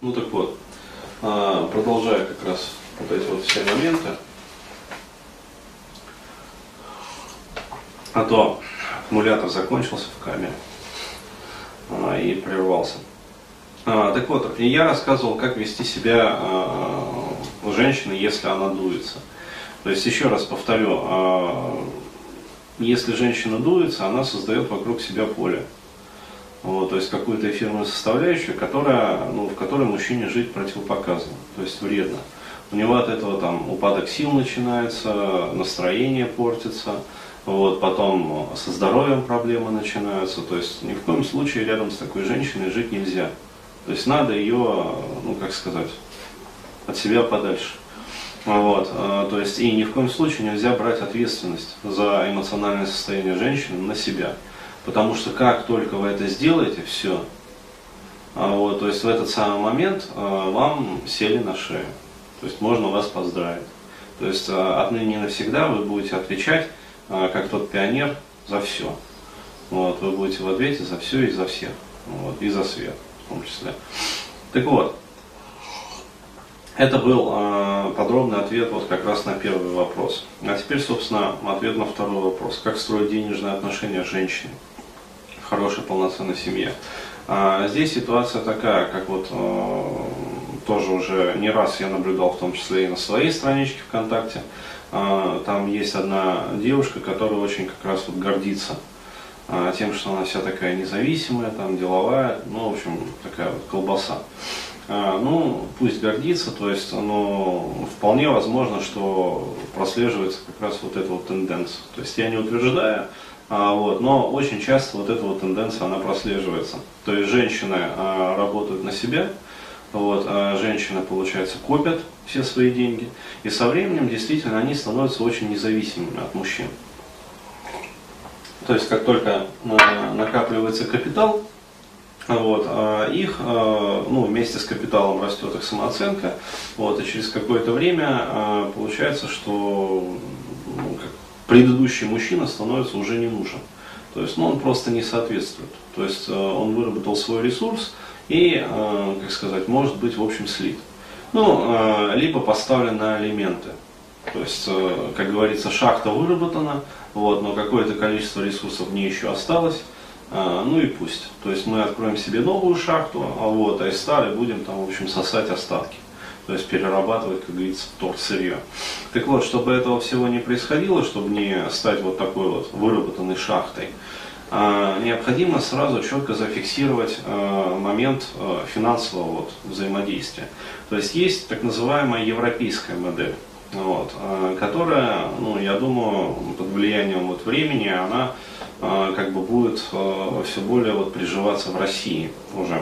Ну так вот, продолжая как раз вот эти вот все моменты, а то аккумулятор закончился в камере и прервался. Так вот, и я рассказывал, как вести себя женщине, если она дуется. То есть, еще раз повторю, если женщина дуется, она создает вокруг себя поле. Вот, то есть какую-то эфирную составляющую, в которой мужчине жить противопоказано, то есть вредно. У него от этого там упадок сил начинается, настроение портится, вот, потом со здоровьем проблемы начинаются. То есть ни в коем случае рядом с такой женщиной жить нельзя. То есть надо ее, от себя подальше. Вот, то есть и ни в коем случае нельзя брать ответственность за эмоциональное состояние женщины на себя. Потому что как только вы это сделаете, все, то есть в этот самый момент вам сели на шею. То есть можно вас поздравить. То есть отныне и навсегда вы будете отвечать, как тот пионер, за все. Вот, вы будете в ответе за все и за всех. Вот, и за свет в том числе. Так вот, это был подробный ответ вот как раз на первый вопрос. А теперь, собственно, ответ на второй вопрос. Как строить денежные отношения с женщиной в хорошей полноценной семье? Здесь ситуация такая, как вот тоже уже не раз я наблюдал, в том числе и на своей страничке ВКонтакте. Там есть одна девушка, которая очень как раз вот гордится тем, что она вся такая независимая, там, деловая, в общем, такая вот колбаса. Пусть гордится, то есть, вполне возможно, что прослеживается как раз вот эта вот тенденция. То есть я не утверждаю, но очень часто вот эта вот тенденция, она прослеживается. То есть женщины работают на себя, женщины, получается, копят все свои деньги, и со временем действительно они становятся очень независимыми от мужчин. То есть как только накапливается капитал, их, вместе с капиталом растет их самооценка, и через какое-то время получается, что предыдущий мужчина становится уже не нужен. То есть, он просто не соответствует. То есть, он выработал свой ресурс и, может быть, в общем, слит. Либо поставлен на алименты. То есть, как говорится, шахта выработана, но какое-то количество ресурсов в ней еще осталось. И пусть. То есть мы откроем себе новую шахту, а из старой будем там, в общем, сосать остатки. То есть перерабатывать, как говорится, вторсырье. Так вот, чтобы этого всего не происходило, чтобы не стать вот такой вот выработанной шахтой, необходимо сразу четко зафиксировать момент финансового взаимодействия. То есть есть так называемая европейская модель, которая, я думаю, под влиянием времени она будет все более приживаться в России уже.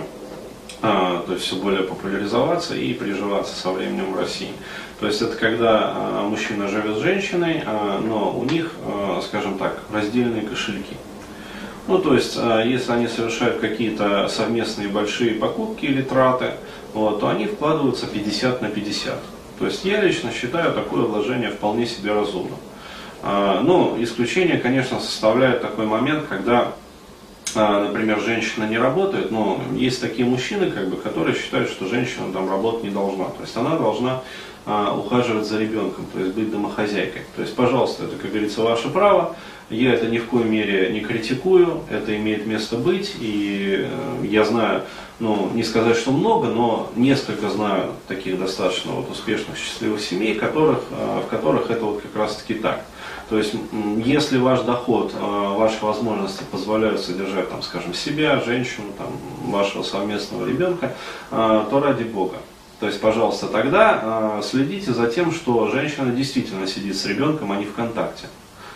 То есть все более популяризоваться и приживаться со временем в России. То есть это когда мужчина живет с женщиной, но у них, скажем так, раздельные кошельки. То есть, если они совершают какие-то совместные большие покупки или траты, то они вкладываются 50 на 50. То есть я лично считаю такое вложение вполне себе разумным. Исключение, конечно, составляет такой момент, когда, например, женщина не работает, но есть такие мужчины, которые считают, что женщина там работать не должна. То есть она должна ухаживать за ребенком, то есть быть домохозяйкой. То есть, пожалуйста, это, как говорится, ваше право. Я это ни в коей мере не критикую, это имеет место быть, и я знаю, не сказать, что много, но несколько знаю таких достаточно успешных, счастливых семей, в которых это как раз таки так. То есть, если ваш доход, ваши возможности позволяют содержать, себя, женщину, вашего совместного ребенка, то ради Бога. То есть, пожалуйста, тогда следите за тем, что женщина действительно сидит с ребенком, а не ВКонтакте.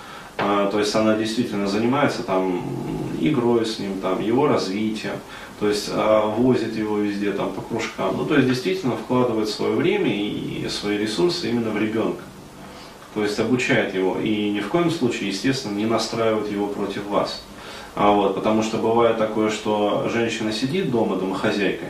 То есть она действительно занимается игрой с ним, его развитием, то есть возит его везде по кружкам. То есть действительно вкладывает свое время и свои ресурсы именно в ребенка. То есть обучает его и ни в коем случае, естественно, не настраивает его против вас. Потому что бывает такое, что женщина сидит дома домохозяйкой,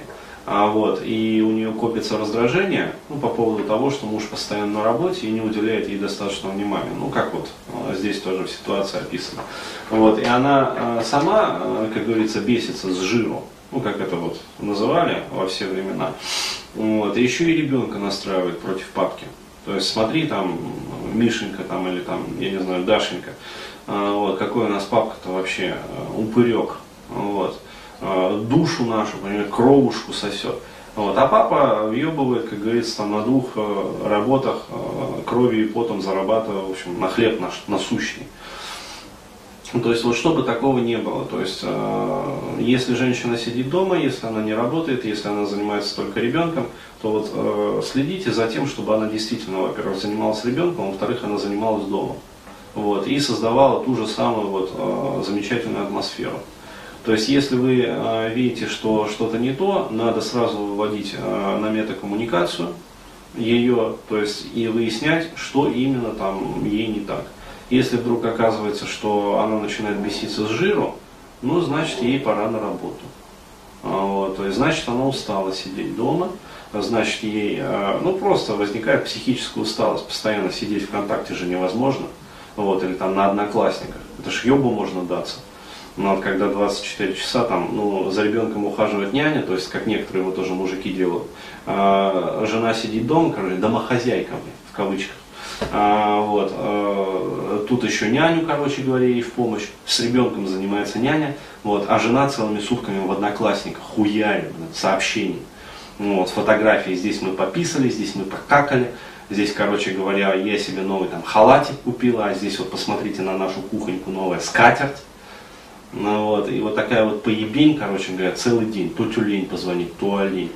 и у нее копится раздражение по поводу того, что муж постоянно на работе и не уделяет ей достаточного внимания. Как здесь тоже ситуация описана. И она сама, как говорится, бесится с жиру, как это называли во все времена. Вот. И еще и ребенка настраивает против папки. То есть смотри, там, Мишенька, там, или там, я не знаю, Дашенька, вот, какой у нас папка-то вообще упырек, вот, душу нашу, понимаешь, кровушку сосет. Вот. А папа въебывает, как говорится, там, на 2 работах, кровью и потом зарабатывая, в общем, на хлеб наш насущный. То есть вот чтобы такого не было, то есть если женщина сидит дома, если она не работает, если она занимается только ребенком, то вот следите за тем, чтобы она действительно, во-первых, занималась ребенком, а во-вторых, она занималась домом. Вот, и создавала ту же самую вот замечательную атмосферу. То есть если вы видите, что что-то не то, надо сразу выводить на метакоммуникацию ее, то есть и выяснять, что именно там ей не так. Если вдруг оказывается, что она начинает беситься с жиру, ну, значит, ей пора на работу. Вот, то есть, значит, она устала сидеть дома, значит, ей, ну, просто возникает психическая усталость. Постоянно сидеть ВКонтакте же невозможно, вот, или там на Одноклассниках. Это ж ёбу можно даться. Но вот когда 24 часа там, ну, за ребенком ухаживает няня, то есть, как некоторые его тоже мужики делают, жена сидит дома, короче, домохозяйка, в кавычках. Вот, тут еще няню, короче говоря, ей в помощь, с ребенком занимается няня, вот, а жена целыми сутками в Одноклассниках хуярит сообщений, вот, фотографии, здесь мы пописали, здесь мы покакали, здесь, короче говоря, я себе новый там халатик купила, а здесь вот посмотрите на нашу кухоньку, новая скатерть, ну, вот, и вот такая вот поебень, короче говоря, целый день, то тюлень позвонит, то олень,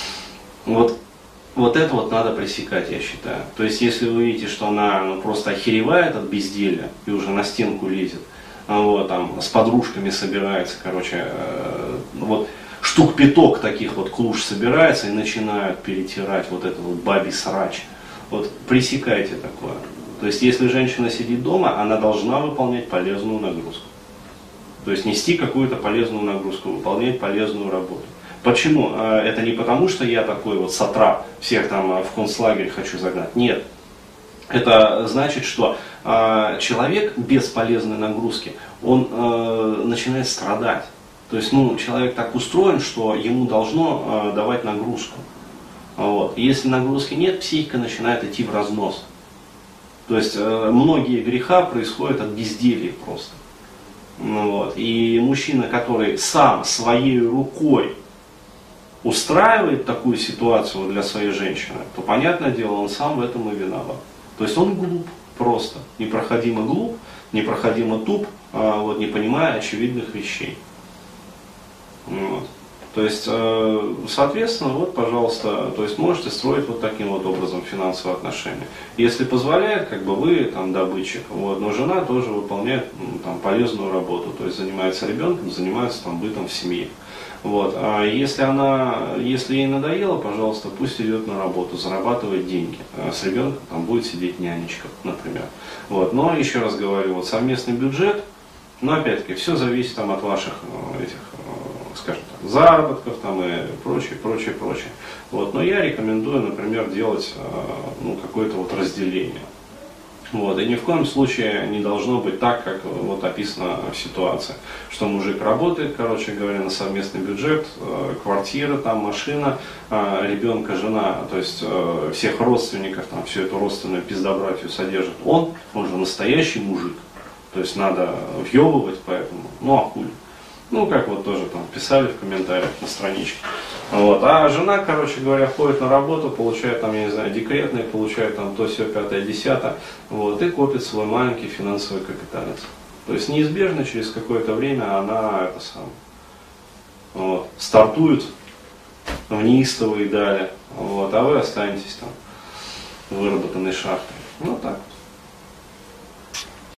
вот это вот надо пресекать, я считаю. То есть, если вы видите, что она просто охеревает от безделья и уже на стенку лезет, вот, там, с подружками собирается, короче, вот, штук 5 таких вот клуш собирается и начинают перетирать вот этот вот бабий срач. Вот, пресекайте такое. То есть, если женщина сидит дома, она должна выполнять полезную нагрузку. То есть, нести какую-то полезную нагрузку, выполнять полезную работу. Почему? Это не потому, что я такой вот сатрап, всех там в концлагерь хочу загнать. Нет. Это значит, что человек без полезной нагрузки, он начинает страдать. То есть, ну, человек так устроен, что ему должно давать нагрузку. Вот. Если нагрузки нет, психика начинает идти в разнос. То есть, многие греха происходят от безделья просто. Вот. И мужчина, который сам своей рукой устраивает такую ситуацию для своей женщины, то, понятное дело, он сам в этом и виноват. То есть он глуп просто, непроходимо глуп, непроходимо туп, вот, не понимая очевидных вещей. Вот. То есть, соответственно, вот, пожалуйста, то есть можете строить вот таким вот образом финансовые отношения. Если позволяет, как бы вы там добытчик, вот, но жена тоже выполняет там полезную работу, то есть занимается ребенком, занимается там бытом в семье. Вот. А если ей надоело, пожалуйста, пусть идет на работу, зарабатывает деньги. А с ребенком там будет сидеть нянечка, например. Вот. Но еще раз говорю, вот совместный бюджет, но опять-таки все зависит там от ваших этих, скажем так, заработков там и прочее, прочее, прочее. Вот. Но я рекомендую, например, делать ну, какое-то вот разделение. Вот. И ни в коем случае не должно быть так, как вот описана ситуация, что мужик работает, короче говоря, на совместный бюджет, квартира, там машина, ребенка, жена, то есть всех родственников, там всю эту родственную пиздобратью содержит он же настоящий мужик, то есть надо въебывать, поэтому, ну а хули. Ну, как вот тоже там писали в комментариях на страничке. Вот. А жена, короче говоря, ходит на работу, получает там, я не знаю, декретные, получает там то, сё, 5, 10, вот, и копит свой маленький финансовый капиталец. То есть неизбежно через какое-то время она это сам, вот, стартует в неистовые дали, вот, а вы останетесь там выработанной шахтой. Ну так вот.